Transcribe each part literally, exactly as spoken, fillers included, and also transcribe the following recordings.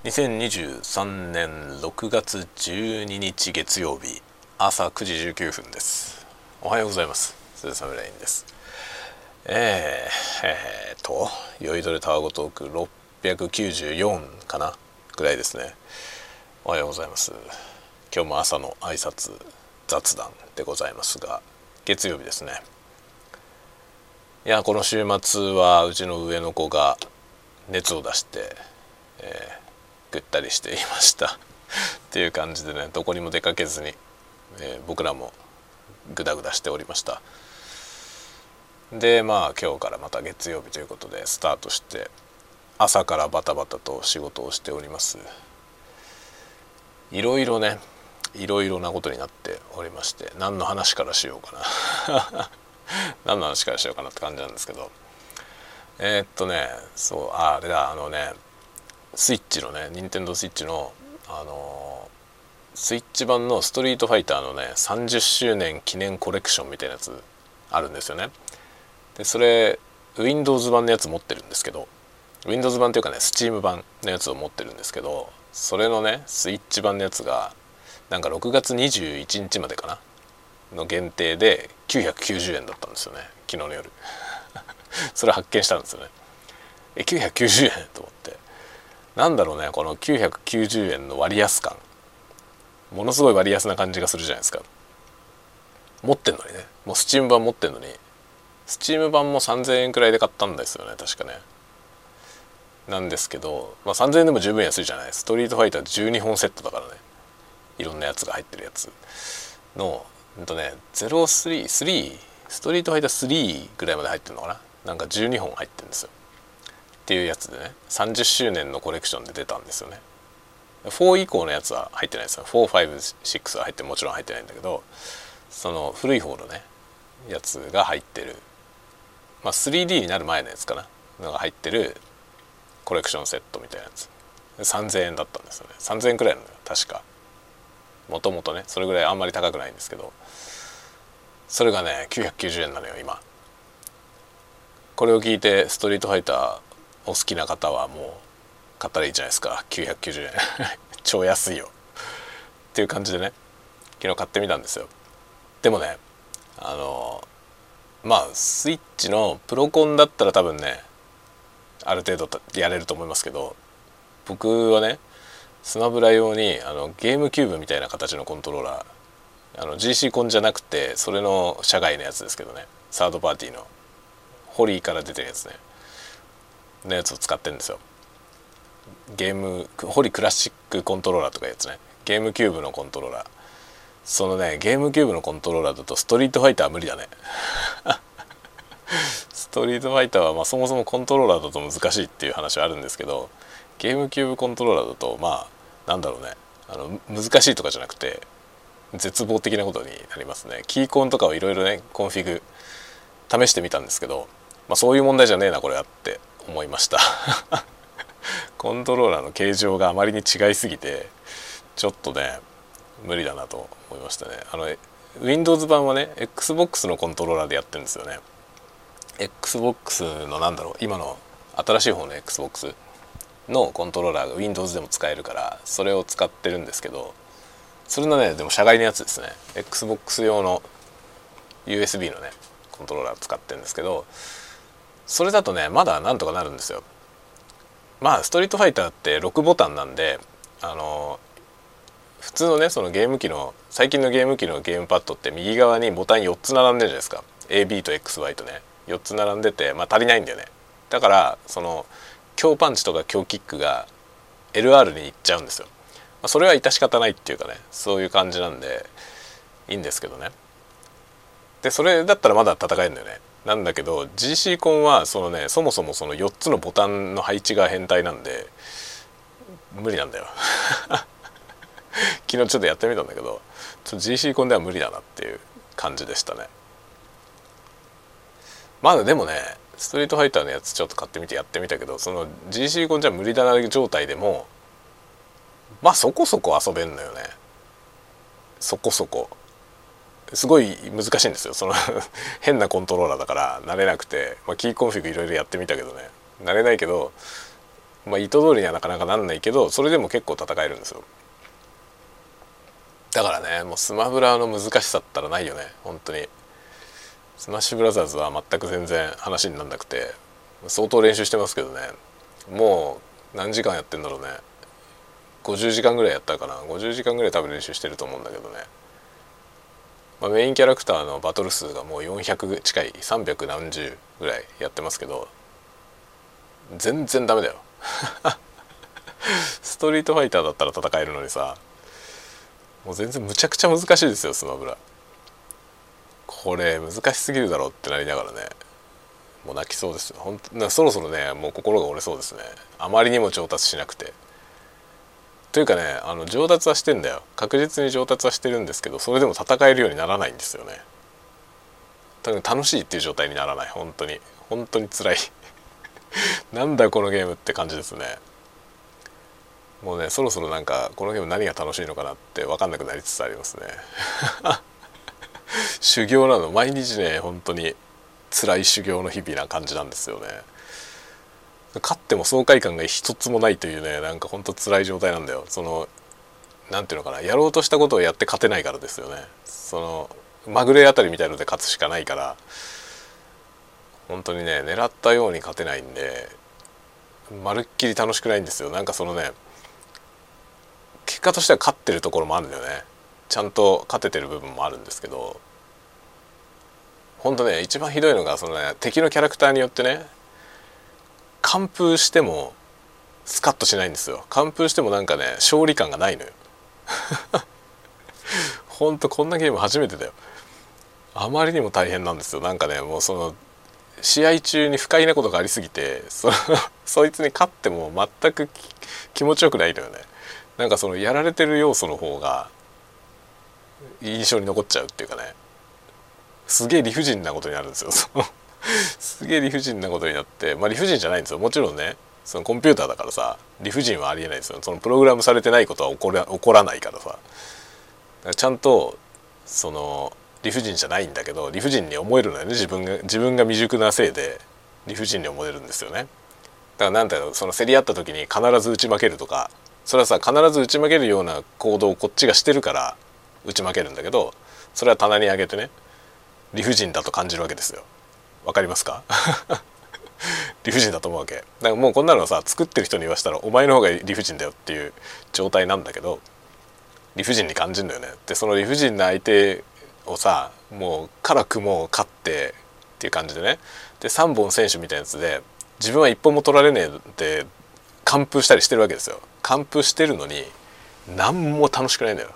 にせんにじゅうさんねんろくがつじゅうににち月曜日朝くじじゅうきゅうふんです。おはようございます。鈴雨レインです。えー、えー、と酔いどれタワゴトークろっぴゃくきゅうじゅうよんかなぐらいですね。おはようございます。今日も朝の挨拶雑談でございますが、月曜日ですね。いやこの週末はうちの上の子が熱を出して、えーぐったりしていましたっていう感じでね、どこにも出かけずに、えー、僕らもグダグダしておりました。でまあ今日からまた月曜日ということでスタートして、朝からバタバタと仕事をしております。いろいろねいろいろなことになっておりまして、何の話からしようかな何の話からしようかなって感じなんですけど、えー、っとねそうああれだあのねスイッチのね任天堂スイッチのあのー、スイッチ版のストリートファイターのねさんじゅっしゅうねん記念コレクションみたいなやつあるんですよね。でそれ Windows 版のやつ持ってるんですけど、 Windows 版っていうかね Steam 版のやつを持ってるんですけど、それのねスイッチ版のやつがなんかろくがつにじゅういちにちまでかなの限定できゅうひゃくきゅうじゅうえんだったんですよね、昨日の夜それ発見したんですよね。えきゅうひゃくきゅうじゅうえんと思って、なんだろうねこのきゅうひゃくきゅうじゅうえんの割安感、ものすごい割安な感じがするじゃないですか。持ってんのにね、もうスチーム版持ってんのに、スチーム版もさんぜんえんくらいで買ったんですよね確かね。なんですけど、まあ、さんぜんえんでも十分安いじゃない。ストリートファイターじゅうにほんセットだからね、いろんなやつが入ってるやつのうんとねゼロスリースリーストリートファイタースリーぐらいまで入ってるのかな、なんかじゅうにほん入ってるんですよっていうやつでね、さんじゅっしゅうねんのコレクションで出たんですよね。フォー以降のやつは入ってないですよ。フォー、ファイブ、シックスは入ってもちろん入ってないんだけど、その古い方のねやつが入ってる、まあ スリーディー になる前のやつかなのが入ってるコレクションセットみたいなやつさんぜんえんだったんですよね。さんぜんえんくらいなのよ確か、もともとねそれぐらいあんまり高くないんですけど、それがねきゅうひゃくきゅうじゅうえんなのよ今。これを聞いてストリートファイターお好きな方はもう買ったらいいじゃないですか。きゅうひゃくきゅうじゅうえん超安いよっていう感じでね昨日買ってみたんですよ。でもねあのまあスイッチのプロコンだったら多分ねある程度やれると思いますけど、僕はねスマブラ用にあのゲームキューブみたいな形のコントローラー、あの ジーシー コンじゃなくてそれの社外のやつですけどね、サードパーティーのホリーから出てるやつねのやつを使ってるんですよ。ゲームホリクラシックコントローラーとかいうやつね、ゲームキューブのコントローラー。そのねゲームキューブのコントローラーだとストリートファイターは無理だねストリートファイターはまあそもそもコントローラーだと難しいっていう話はあるんですけど、ゲームキューブコントローラーだとまあなんだろうね、あの難しいとかじゃなくて絶望的なことになりますね。キーコンとかをいろいろねコンフィグ試してみたんですけど、まあ、そういう問題じゃねえなこれはって思いましたコントローラーの形状があまりに違いすぎてちょっとね無理だなと思いましたね。あの Windows 版はね Xbox のコントローラーでやってるんですよね。 Xbox のなんだろう今の新しい方の Xbox のコントローラーが Windows でも使えるからそれを使ってるんですけど、それのねでも社外のやつですね。 Xbox 用の ユーエスビー のねコントローラー使ってるんですけど、それだとねまだなんとかなるんですよ。まあストリートファイターってろくボタンなんで、あの普通のねそのゲーム機の最近のゲーム機のゲームパッドって右側にボタンよっつ並んでるじゃないですか。 エービー と エックスワイ とねよっつ並んでて、まあ足りないんだよね。だからその強パンチとか強キックが エルアール に行っちゃうんですよ。まあ、それは致し方ないっていうかね、そういう感じなんでいいんですけどね。でそれだったらまだ戦えるんだよね。なんだけど ジーシー コンはそのねそもそもそのよっつのボタンの配置が変態なんで無理なんだよ昨日ちょっとやってみたんだけどちょっと ジーシー コンでは無理だなっていう感じでしたね。まだでもねストリートファイターのやつちょっと買ってみてやってみたけど、その ジーシー コンじゃ無理だな状態でもまあそこそこ遊べんのよね。そこそこすごい難しいんですよ。その変なコントローラーだから慣れなくて、まあ、キーコンフィグいろいろやってみたけどね慣れないけど、 まあ意図通りにはなかなかなんないけど、それでも結構戦えるんですよ。だからね、もうスマブラの難しさったらないよね本当に。スマッシュブラザーズは全く全然話にならなくて、相当練習してますけどね。もう何時間やってんだろうね。ごじゅうじかんぐらいやったかな。ごじゅうじかんぐらい多分練習してると思うんだけどね。まあ、メインキャラクターのバトル数がもうよんひゃく近い、さんびゃくなんじゅうぐらいやってますけど、全然ダメだよストリートファイターだったら戦えるのにさ、もう全然むちゃくちゃ難しいですよスマブラ。これ難しすぎるだろうってなりながらね、もう泣きそうですよ。ほんとそろそろね、もう心が折れそうですね。あまりにも上達しなくて。というかね、あの上達はしてんだよ、確実に上達はしてるんですけど、それでも戦えるようにならないんですよね。多分楽しいっていう状態にならない。本当に本当に辛いなんだこのゲームって感じですね。もうね、そろそろなんかこのゲーム何が楽しいのかなって分かんなくなりつつありますね修行なの、毎日ね本当に辛い修行の日々な感じなんですよね。勝っても爽快感が一つもないというね、なんかほんと辛い状態なんだよ。そのなんていうのかな、やろうとしたことをやって勝てないからですよね。そのまぐれあたりみたいので勝つしかないから、本当にね狙ったように勝てないんで、まるっきり楽しくないんですよ。なんかそのね、結果としては勝ってるところもあるんだよね。ちゃんと勝ててる部分もあるんですけど、ほんとね一番ひどいのがそのね、敵のキャラクターによってね、完封してもスカッとしないんですよ。完封してもなんかね勝利感がないのよほんとこんなゲーム初めてだよ。あまりにも大変なんですよ。なんかね、もうその試合中に不快なことがありすぎて、そそいつに勝っても全く気持ちよくないのよね。なんかそのやられてる要素の方が印象に残っちゃうっていうかね、すげえ理不尽なことになるんですよすげえ理不尽なことになって、まあ理不尽じゃないんですよもちろんね。そのコンピューターだからさ、理不尽はありえないですよ。そのプログラムされてないことは起こら、起こらないからさ。だからちゃんとその理不尽じゃないんだけど、理不尽に思えるのよね。自分が自分が未熟なせいで理不尽に思えるんですよね。だからなんだろう、その競り合った時に必ず打ち負けるとか、それはさ必ず打ち負けるような行動をこっちがしてるから打ち負けるんだけど、それは棚に上げてね理不尽だと感じるわけですよ。わかりますか理不尽だと思うわけだから、もうこんなのはさ作ってる人に言わしたらお前の方が理不尽だよっていう状態なんだけど、理不尽に感じるんだよね。でその理不尽な相手をさ、もう辛くも勝ってっていう感じでね、でさんぼん選手みたいなやつで自分はいっぽんも取られねえって完封したりしてるわけですよ。完封してるのに何も楽しくないんだよ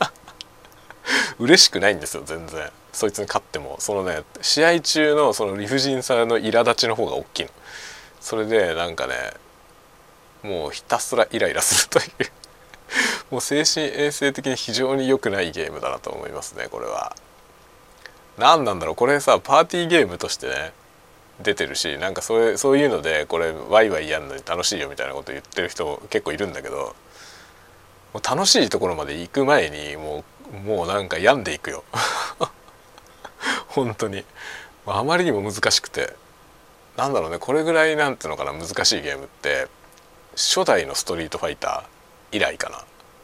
嬉しくないんですよ全然。そいつに勝ってもそのね、試合中のその理不尽さの苛立ちの方が大きいの。それでなんかね、もうひたすらイライラするというもう精神衛生的に非常に良くないゲームだなと思いますねこれは。何なんだろうこれさ、パーティーゲームとしてね出てるし、なんかそういうそういうのでこれワイワイやるのに楽しいよみたいなこと言ってる人結構いるんだけど、もう楽しいところまで行く前にもうもうなんか病んでいくよ本当にあまりにも難しくて、なんだろうね、これぐらいなんていうのかな、難しいゲームって初代のストリートファイター以来かな。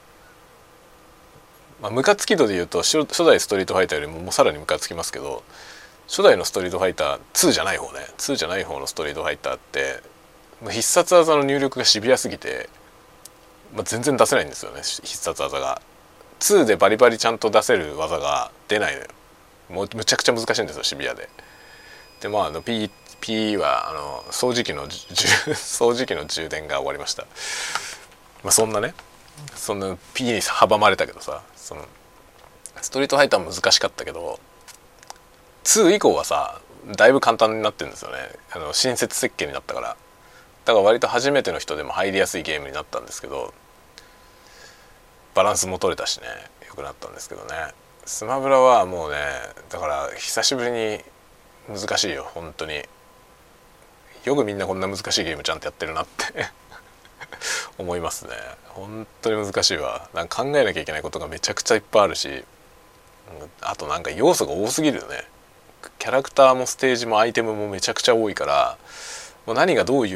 まあ、ムカつき度で言うと初代ストリートファイターよりももうさらにムカつきますけど、初代のストリートファイターツーじゃない方ね、ツーじゃない方のストリートファイターって必殺技の入力がシビアすぎて、まあ、全然出せないんですよね必殺技が。ツーでバリバリちゃんと出せる技が出ないのよ。もうむちゃくちゃ難しいんですよシビアで。でまああの P, P はあの掃除機の掃除機の充電が終わりました。まあそんなね、そんな P に阻まれたけどさ、そのストリートファイター難しかったけどツー以降はさだいぶ簡単になってるんですよね。あの親切設計になったから。だから割と初めての人でも入りやすいゲームになったんですけど、バランスも取れたしね良くなったんですけどね。スマブラはもうね、だから久しぶりに難しいよ本当に。よくみんなこんな難しいゲームちゃんとやってるなって思いますね。本当に難しいわ。なんか考えなきゃいけないことがめちゃくちゃいっぱいあるし、あとなんか要素が多すぎるよね。キャラクターもステージもアイテムもめちゃくちゃ多いから、もう何がどういう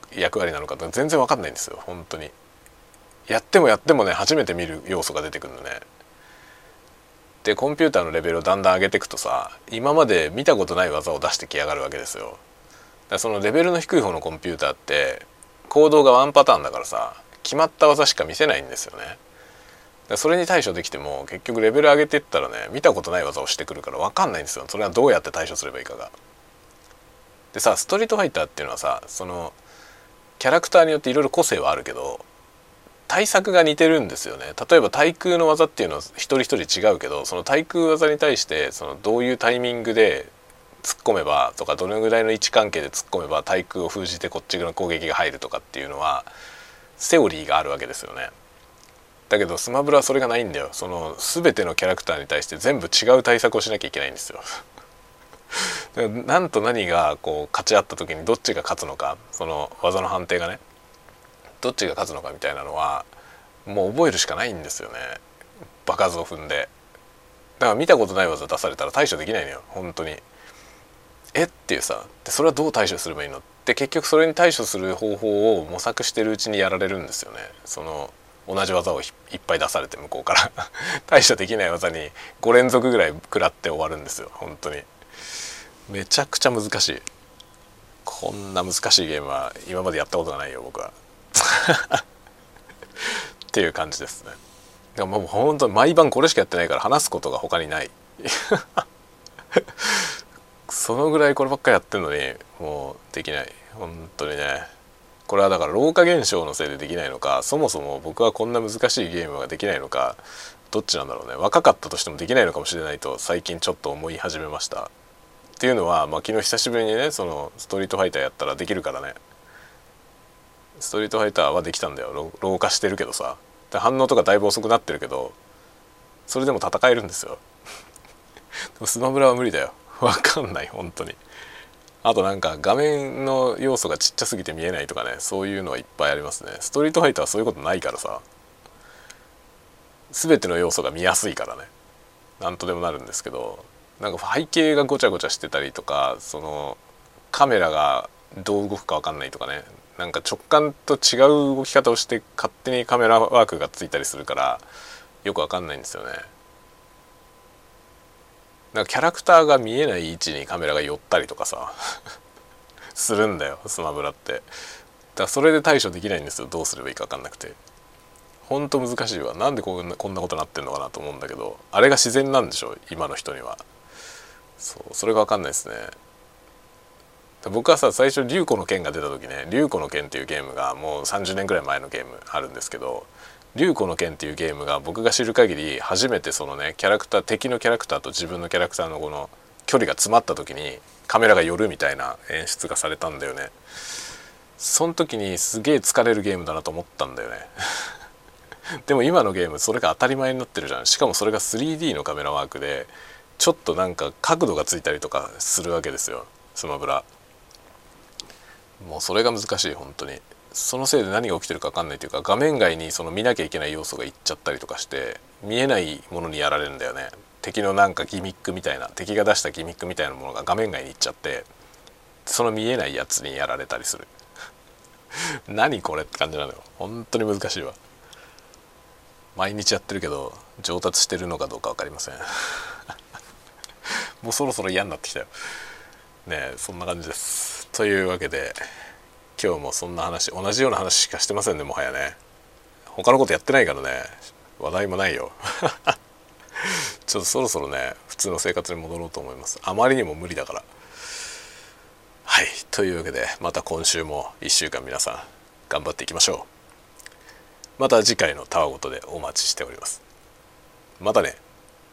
役割なのか全然わかんないんですよ本当に。やってもやってもね初めて見る要素が出てくるのね。でコンピューターのレベルをだんだん上げていくとさ、今まで見たことない技を出してきやがるわけですよ。だからそのレベルの低い方のコンピューターって行動がワンパターンだからさ、決まった技しか見せないんですよね。だからそれに対処できても結局レベル上げていったらね、見たことない技をしてくるから分かんないんですよ、それはどうやって対処すればいいかが。でさ、ストリートファイターっていうのはさ、そのキャラクターによっていろいろ個性はあるけど対策が似てるんですよね。例えば対空の技っていうのは一人一人違うけど、その対空技に対してそのどういうタイミングで突っ込めばとか、どのぐらいの位置関係で突っ込めば対空を封じてこっちの攻撃が入るとかっていうのはセオリーがあるわけですよね。だけどスマブラはそれがないんだよ。その全てのキャラクターに対して全部違う対策をしなきゃいけないんですよ。なんと何がこう勝ち合った時にどっちが勝つのか、その技の判定がねどっちが勝つのかみたいなのはもう覚えるしかないんですよね、場数を踏んで。だから見たことない技出されたら対処できないのよ本当に。えっていうさ、でそれはどう対処すればいいのって結局それに対処する方法を模索してるうちにやられるんですよね。その同じ技をいっぱい出されて向こうから対処できない技にご連続ぐらい食らって終わるんですよ本当に。めちゃくちゃ難しい。こんな難しいゲームは今までやったことがないよ僕はっていう感じですね。でももう本当に毎晩これしかやってないから話すことが他にないそのぐらいこればっかりやってんのにもうできない本当にね。これはだから老化現象のせいでできないのか、そもそも僕はこんな難しいゲームができないのか、どっちなんだろうね。若かったとしてもできないのかもしれないと最近ちょっと思い始めました。っていうのは、まあ、昨日久しぶりにねそのストリートファイターやったらできるからね。ストリートファイターはできたんだよ。老化してるけどさ、で反応とかだいぶ遅くなってるけどそれでも戦えるんですよでもスマブラは無理だよ、わかんない本当に。あとなんか画面の要素がちっちゃすぎて見えないとかね、そういうのはいっぱいありますね。ストリートファイターはそういうことないからさ、全ての要素が見やすいからねなんとでもなるんですけど、なんか背景がごちゃごちゃしてたりとか、そのカメラがどう動くか分かんないとかね、なんか直感と違う動き方をして勝手にカメラワークがついたりするからよく分かんないんですよね。なんかキャラクターが見えない位置にカメラが寄ったりとかさするんだよスマブラって。だからそれで対処できないんですよ。どうすればいいか分かんなくてほんと難しいわ。なんでこんなこんなことになってんのかなと思うんだけど、あれが自然なんでしょ今の人には。そうそれが分かんないですね。僕はさ最初竜子の剣が出た時ね、竜子の剣っていうゲームがもうさんじゅうねんぐらい前のゲームあるんですけど、竜子の剣っていうゲームが僕が知る限り初めてそのねキャラクター敵のキャラクターと自分のキャラクターのこの距離が詰まった時にカメラが寄るみたいな演出がされたんだよね。その時にすげえ疲れるゲームだなと思ったんだよねでも今のゲームそれが当たり前になってるじゃん。しかもそれが スリーディー のカメラワークでちょっとなんか角度がついたりとかするわけですよスマブラ。もうそれが難しい本当に。そのせいで何が起きてるか分かんないというか、画面外にその見なきゃいけない要素がいっちゃったりとかして見えないものにやられるんだよね。敵のなんかギミックみたいな、敵が出したギミックみたいなものが画面外に行っちゃってその見えないやつにやられたりする何これって感じなのよ。本当に難しいわ。毎日やってるけど上達してるのかどうか分かりませんもうそろそろ嫌になってきたよねえ。そんな感じです。というわけで今日もそんな話、同じような話しかしてませんね。もはやね他のことやってないからね、話題もないよちょっとそろそろね普通の生活に戻ろうと思います。あまりにも無理だから。はい、というわけでまた今週もいっしゅうかん皆さん頑張っていきましょう。また次回のたわごとでお待ちしております。またね。